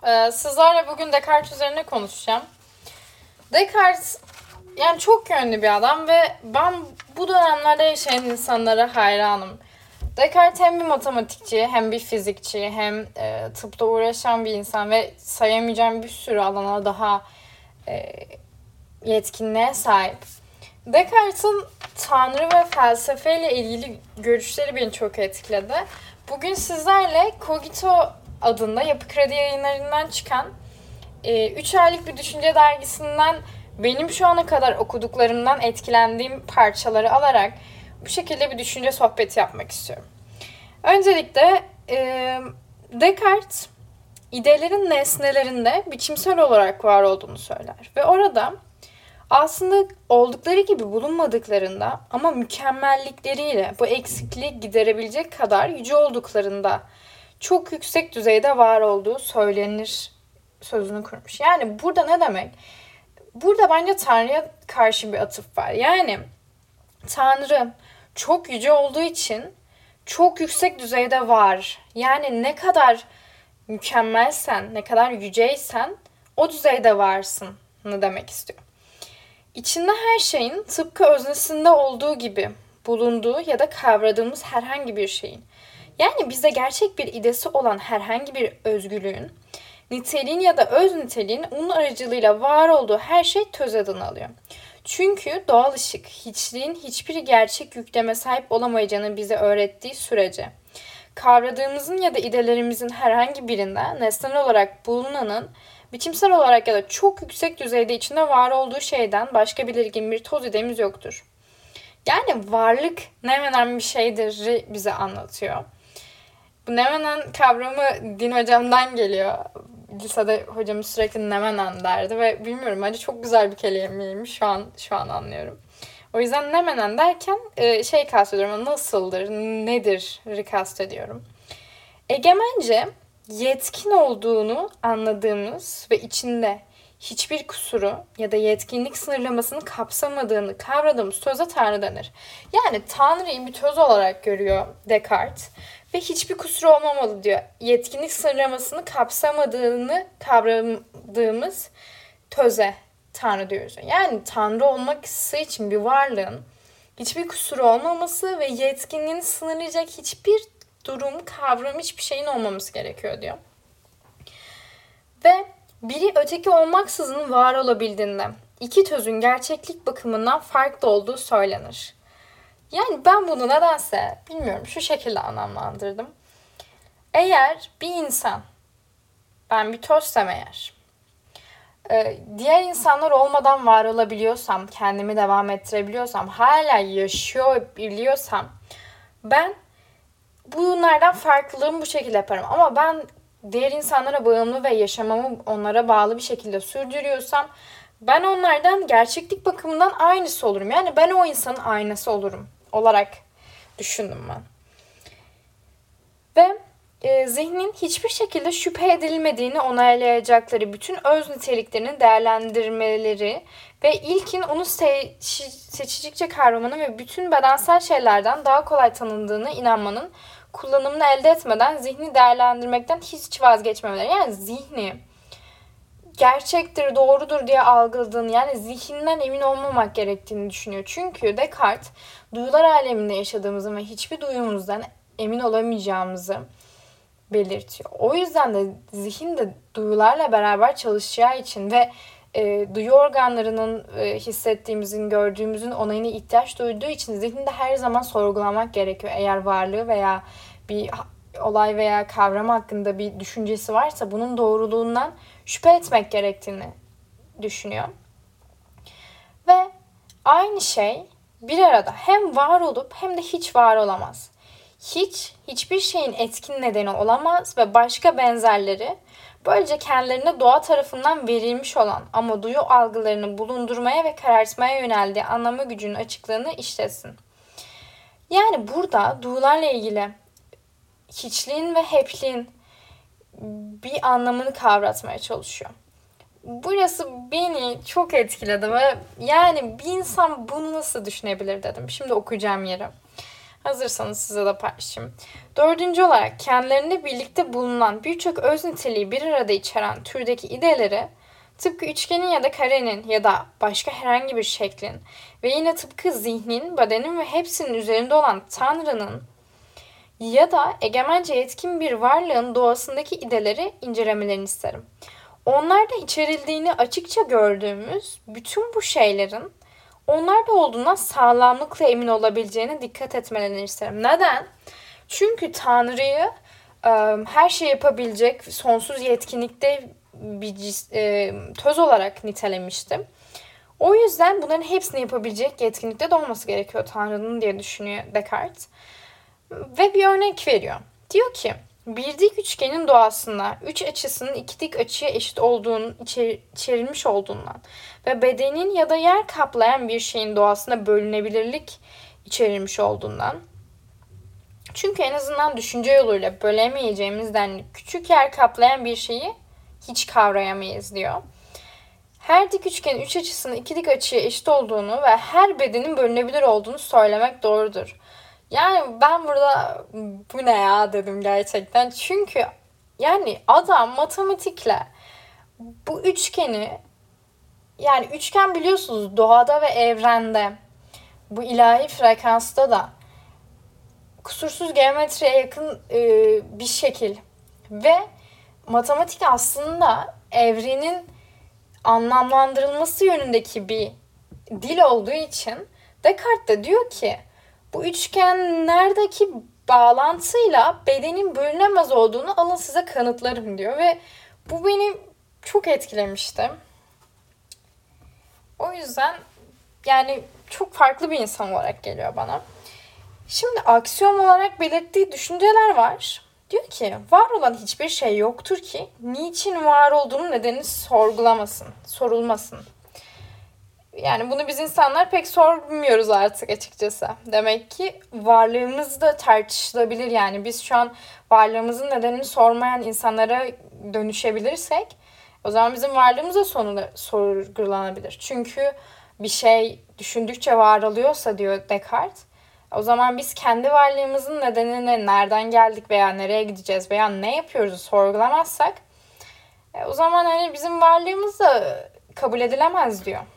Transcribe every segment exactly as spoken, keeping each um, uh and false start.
Ee, sizlerle bugün Descartes üzerine konuşacağım. Descartes yani çok yönlü bir adam ve ben bu dönemlerde yaşayan insanlara hayranım. Descartes hem bir matematikçi, hem bir fizikçi, hem e, tıpla uğraşan bir insan ve sayamayacağım bir sürü alana daha e, yetkinliğe sahip. Descartes'in Tanrı ve felsefeyle ilgili görüşleri beni çok etkiledi. Bugün sizlerle Cogito adında Yapı Kredi Yayınları'ndan çıkan üç aylık bir düşünce dergisinden benim şu ana kadar okuduklarımdan etkilendiğim parçaları alarak bu şekilde bir düşünce sohbeti yapmak istiyorum. Öncelikle e, Descartes idelerin nesnelerinde biçimsel olarak var olduğunu söyler ve orada aslında oldukları gibi bulunmadıklarında ama mükemmellikleriyle bu eksikliği giderebilecek kadar yüce olduklarında çok yüksek düzeyde var olduğu söylenir sözünü kurmuş. Yani burada ne demek? Burada bence Tanrı'ya karşı bir atıf var. Yani Tanrı çok yüce olduğu için çok yüksek düzeyde var. Yani ne kadar mükemmelsen, ne kadar yüceysen o düzeyde varsın. Ne demek istiyor? İçinde her şeyin tıpkı öznesinde olduğu gibi bulunduğu ya da kavradığımız herhangi bir şeyin, yani bizde gerçek bir idesi olan herhangi bir özgürlüğün, niteliğin ya da öz niteliğin onun aracılığıyla var olduğu her şey töz adını alıyor. Çünkü doğal ışık, hiçliğin hiçbir gerçek yükleme sahip olamayacağını bize öğrettiği sürece, kavradığımızın ya da idelerimizin herhangi birinde nesnel olarak bulunanın, biçimsel olarak ya da çok yüksek düzeyde içinde var olduğu şeyden başka belirgin bir toz idemiz yoktur. Yani varlık ne menen bir şeydir bize anlatıyor. Bu nemenen kavramı din hocamdan geliyor. Lisede hocamız sürekli nemenen derdi ve bilmiyorum, bence çok güzel bir kelimeymiş. Şu an şu an anlıyorum. O yüzden nemenen derken şey kastediyorum, nasıldır, nedir kastediyorum. Egemence yetkin olduğunu anladığımız ve içinde hiçbir kusuru ya da yetkinlik sınırlamasını kapsamadığını kavradığımız töze Tanrı denir. Yani Tanrı'yı bir töz olarak görüyor Descartes ve hiçbir kusuru olmamalı diyor. Yetkinlik sınırlamasını kapsamadığını kavradığımız töze Tanrı diyoruz. Yani Tanrı olması için bir varlığın hiçbir kusuru olmaması ve yetkinliğini sınırlayacak hiçbir durum, kavram, hiçbir şeyin olmaması gerekiyor diyor. Ve biri öteki olmaksızın var olabildiğinde iki tözün gerçeklik bakımından farklı olduğu söylenir. Yani ben bunu nedense bilmiyorum şu şekilde anlamlandırdım. Eğer bir insan, ben bir tozsem eğer, diğer insanlar olmadan var olabiliyorsam, kendimi devam ettirebiliyorsam, hala yaşıyor biliyorsam, ben bunlardan farklılığımı bu şekilde yaparım. Ama ben diğer insanlara bağımlı ve yaşamamı onlara bağlı bir şekilde sürdürüyorsam, ben onlardan gerçeklik bakımından aynısı olurum. Yani ben o insanın aynası olurum olarak düşündüm ben. Ve e, zihnin hiçbir şekilde şüphe edilmediğini onaylayacakları bütün öz niteliklerini değerlendirmeleri ve ilkin onu seç- seçicikçe kavramanın ve bütün bedensel şeylerden daha kolay tanındığına inanmanın kullanımını elde etmeden zihni değerlendirmekten hiç vazgeçmemeleri. Yani zihni gerçektir, doğrudur diye algıladığını, yani zihninden emin olmamak gerektiğini düşünüyor. Çünkü Descartes duyular aleminde yaşadığımızın ve hiçbir duyumuzdan emin olamayacağımızı belirtiyor. O yüzden de zihin de duyularla beraber çalışacağı için ve e, duyu organlarının e, hissettiğimizin, gördüğümüzün onayına ihtiyaç duyduğu için zihni de her zaman sorgulamak gerekiyor. Eğer varlığı veya bir olay veya kavram hakkında bir düşüncesi varsa bunun doğruluğundan şüphe etmek gerektiğini düşünüyor. Ve aynı şey bir arada hem var olup hem de hiç var olamaz. Hiç, hiçbir şeyin etkin nedeni olamaz ve başka benzerleri böylece kendilerine doğa tarafından verilmiş olan ama duyu algılarını bulundurmaya ve karartmaya yöneldiği anlama gücünün açıklığını işlesin. Yani burada duyularla ilgili hiçliğin ve hepliğin bir anlamını kavratmaya çalışıyor. Burası beni çok etkiledi ve yani bir insan bunu nasıl düşünebilir dedim. Şimdi okuyacağım yeri. Hazırsanız size de paylaşayım. Dördüncü olarak kendilerinde birlikte bulunan birçok öz niteliği bir arada içeren türdeki ideleri tıpkı üçgenin ya da karenin ya da başka herhangi bir şeklin ve yine tıpkı zihnin, bedenin ve hepsinin üzerinde olan Tanrı'nın ya da egemence yetkin bir varlığın doğasındaki ideleri incelemelerini isterim. Onlarda içerildiğini açıkça gördüğümüz bütün bu şeylerin onlarda olduğundan sağlamlıkla emin olabileceğine dikkat etmelerini isterim. Neden? Çünkü Tanrı'yı e, her şey yapabilecek sonsuz yetkinlikte bir e, töz olarak nitelemiştim. O yüzden bunların hepsini yapabilecek yetkinlikte de olması gerekiyor Tanrı'nın diye düşünüyor Descartes. Ve bir örnek veriyor. Diyor ki bir dik üçgenin doğasında üç açısının iki dik açıya eşit olduğunu içer, içerilmiş olduğundan ve bedenin ya da yer kaplayan bir şeyin doğasında bölünebilirlik içerilmiş olduğundan. Çünkü en azından düşünce yoluyla bölemeyeceğimizden küçük yer kaplayan bir şeyi hiç kavrayamayız diyor. Her dik üçgenin üç açısının iki dik açıya eşit olduğunu ve her bedenin bölünebilir olduğunu söylemek doğrudur. Yani ben burada bu ne ya dedim gerçekten. Çünkü yani adam matematikle bu üçgeni, yani üçgen biliyorsunuz doğada ve evrende, bu ilahi frekansta da kusursuz geometriye yakın e, bir şekil ve matematik aslında evrenin anlamlandırılması yönündeki bir dil olduğu için Descartes de diyor ki bu üçgenlerdeki bağlantıyla bedenin bölünemez olduğunu alın size kanıtlarım diyor ve bu beni çok etkilemişti. O yüzden yani çok farklı bir insan olarak geliyor bana. Şimdi aksiyon olarak belirttiği düşünceler var. Diyor ki var olan hiçbir şey yoktur ki niçin var olduğunun nedenini sorgulamasın, sorulmasın. Yani bunu biz insanlar pek sormuyoruz artık açıkçası. Demek ki varlığımız da tartışılabilir. Yani biz şu an varlığımızın nedenini sormayan insanlara dönüşebilirsek o zaman bizim varlığımız da sonunda sorgulanabilir. Çünkü bir şey düşündükçe var oluyorsa diyor Descartes, o zaman biz kendi varlığımızın nedenini, nereden geldik veya nereye gideceğiz veya ne yapıyoruz sorgulamazsak o zaman hani bizim varlığımız da kabul edilemez diyor.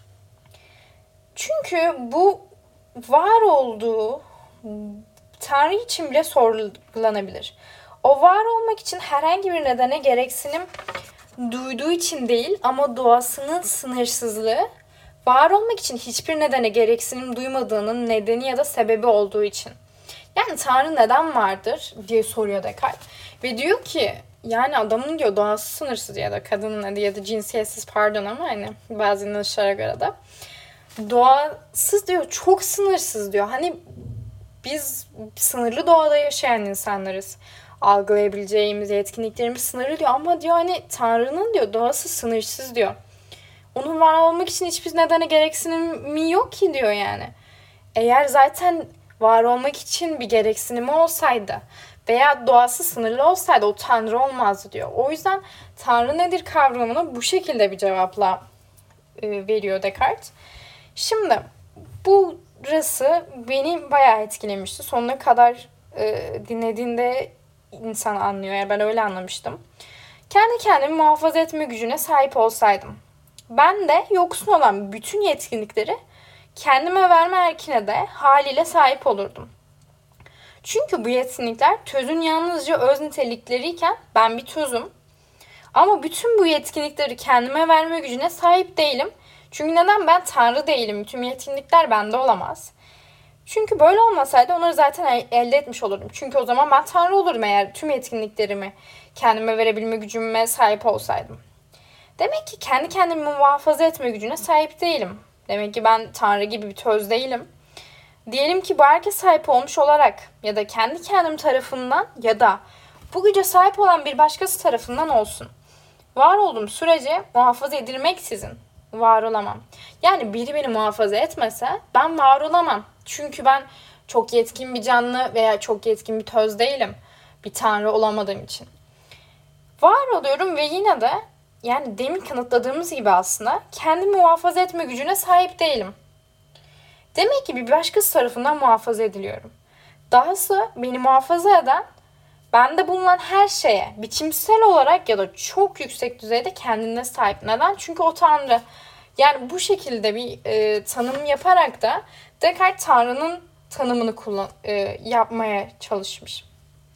Çünkü bu var olduğu Tanrı için bile sorgulanabilir. O var olmak için herhangi bir nedene gereksinim duyduğu için değil ama doğasının sınırsızlığı var olmak için hiçbir nedene gereksinim duymadığının nedeni ya da sebebi olduğu için. Yani Tanrı neden vardır diye soruyor Descartes. Ve diyor ki yani adamın diyor doğası sınırsız ya da kadının ya da cinsiyetsiz pardon ama hani bazı inanışlara göre de doğasız diyor, çok sınırsız diyor. Hani biz sınırlı doğada yaşayan insanlarız. Algılayabileceğimiz yetkinliklerimiz sınırlı diyor ama diyor hani Tanrı'nın diyor doğası sınırsız diyor. Onun var olmak için hiçbir nedene gereksinimi yok ki diyor yani. Eğer zaten var olmak için bir gereksinimi olsaydı veya doğası sınırlı olsaydı o Tanrı olmazdı diyor. O yüzden Tanrı nedir kavramına bu şekilde bir cevapla e, veriyor Descartes. Şimdi burası beni bayağı etkilemişti. Sonuna kadar e, dinlediğinde insan anlıyor. Yani ben öyle anlamıştım. Kendi kendimi muhafaza etme gücüne sahip olsaydım, ben de yoksun olan bütün yetkinlikleri kendime verme erkine de haliyle sahip olurdum. Çünkü bu yetkinlikler tözün yalnızca öz nitelikleriyken ben bir tözüm. Ama bütün bu yetkinlikleri kendime verme gücüne sahip değilim. Çünkü neden? Ben Tanrı değilim. Tüm yetkinlikler bende olamaz. Çünkü böyle olmasaydı onları zaten elde etmiş olurdum. Çünkü o zaman ben Tanrı olurdum eğer tüm yetkinliklerimi kendime verebilme gücüme sahip olsaydım. Demek ki kendi kendimi muhafaza etme gücüne sahip değilim. Demek ki ben Tanrı gibi bir töz değilim. Diyelim ki bu erke sahip olmuş olarak ya da kendi kendim tarafından ya da bu güce sahip olan bir başkası tarafından olsun. Var olduğum sürece muhafaza edilmeksizin var olamam. Yani biri beni muhafaza etmese ben var olamam. Çünkü ben çok yetkin bir canlı veya çok yetkin bir töz değilim. Bir tanrı olamadığım için. Var oluyorum ve yine de yani demin kanıtladığımız gibi aslında kendimi muhafaza etme gücüne sahip değilim. Demek ki bir başkası tarafından muhafaza ediliyorum. Dahası beni muhafaza eden, bende bulunan her şeye biçimsel olarak ya da çok yüksek düzeyde kendine sahip. Neden? Çünkü o Tanrı. Yani bu şekilde bir e, tanım yaparak da Descartes Tanrı'nın tanımını kullan e, yapmaya çalışmış.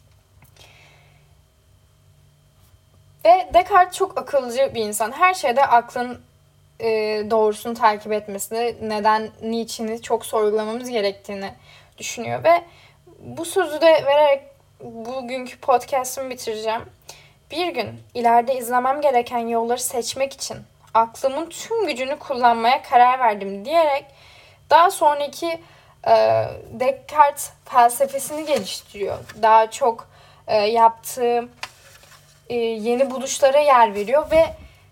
Ve Descartes çok akılcı bir insan. Her şeyde aklın e, doğrusunu takip etmesini, neden, niçini çok sorgulamamız gerektiğini düşünüyor. Ve bu sözü de vererek bugünkü podcast'ımı bitireceğim. Bir gün ileride izlemem gereken yolları seçmek için aklımın tüm gücünü kullanmaya karar verdim diyerek daha sonraki e, Descartes felsefesini geliştiriyor. Daha çok e, yaptığı e, yeni buluşlara yer veriyor ve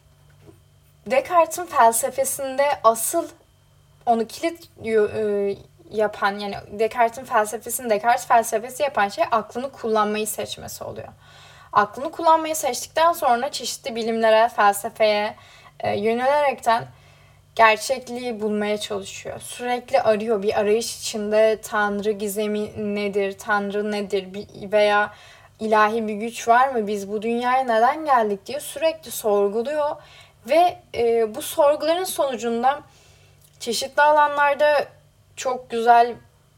Descartes'in felsefesinde asıl onu kilit e, yapan, yani Descartes'in felsefesini Descartes felsefesi yapan şey aklını kullanmayı seçmesi oluyor. Aklını kullanmayı seçtikten sonra çeşitli bilimlere, felsefeye e, yönelerekten gerçekliği bulmaya çalışıyor. Sürekli arıyor, bir arayış içinde Tanrı gizemi nedir, Tanrı nedir veya ilahi bir güç var mı, biz bu dünyaya neden geldik diye sürekli sorguluyor ve e, bu sorguların sonucunda çeşitli alanlarda çok güzel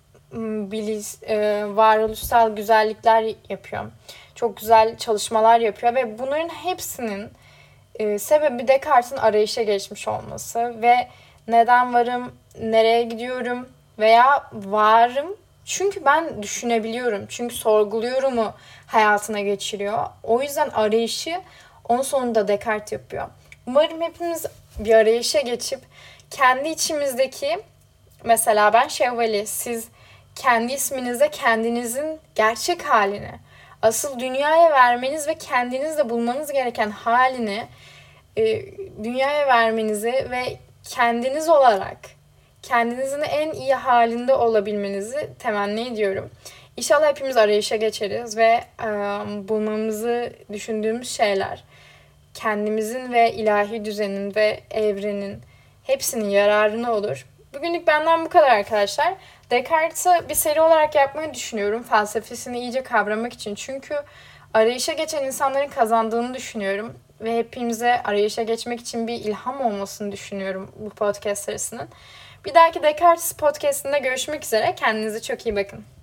bilis, e, varoluşsal güzellikler yapıyor. Çok güzel çalışmalar yapıyor ve bunların hepsinin e, sebebi Descartes'in arayışa geçmiş olması ve neden varım, nereye gidiyorum veya varım çünkü ben düşünebiliyorum, çünkü sorguluyorumu hayatına geçiriyor. O yüzden arayışı onun sonunda Descartes yapıyor. Umarım hepimiz bir arayışa geçip kendi içimizdeki, mesela ben Şevvali, siz kendi isminizde kendinizin gerçek halini, asıl dünyaya vermeniz ve kendinizde bulmanız gereken halini e, dünyaya vermenizi ve kendiniz olarak kendinizin en iyi halinde olabilmenizi temenni ediyorum. İnşallah hepimiz arayışa geçeriz ve e, bulmamızı düşündüğümüz şeyler kendimizin ve ilahi düzenin ve evrenin hepsinin yararına olur. Bugünlük benden bu kadar arkadaşlar. Descartes'i bir seri olarak yapmayı düşünüyorum. Felsefesini iyice kavramak için. Çünkü arayışa geçen insanların kazandığını düşünüyorum. Ve hepimize arayışa geçmek için bir ilham olmasını düşünüyorum bu podcast serisinin. Bir dahaki Descartes podcastinde görüşmek üzere. Kendinize çok iyi bakın.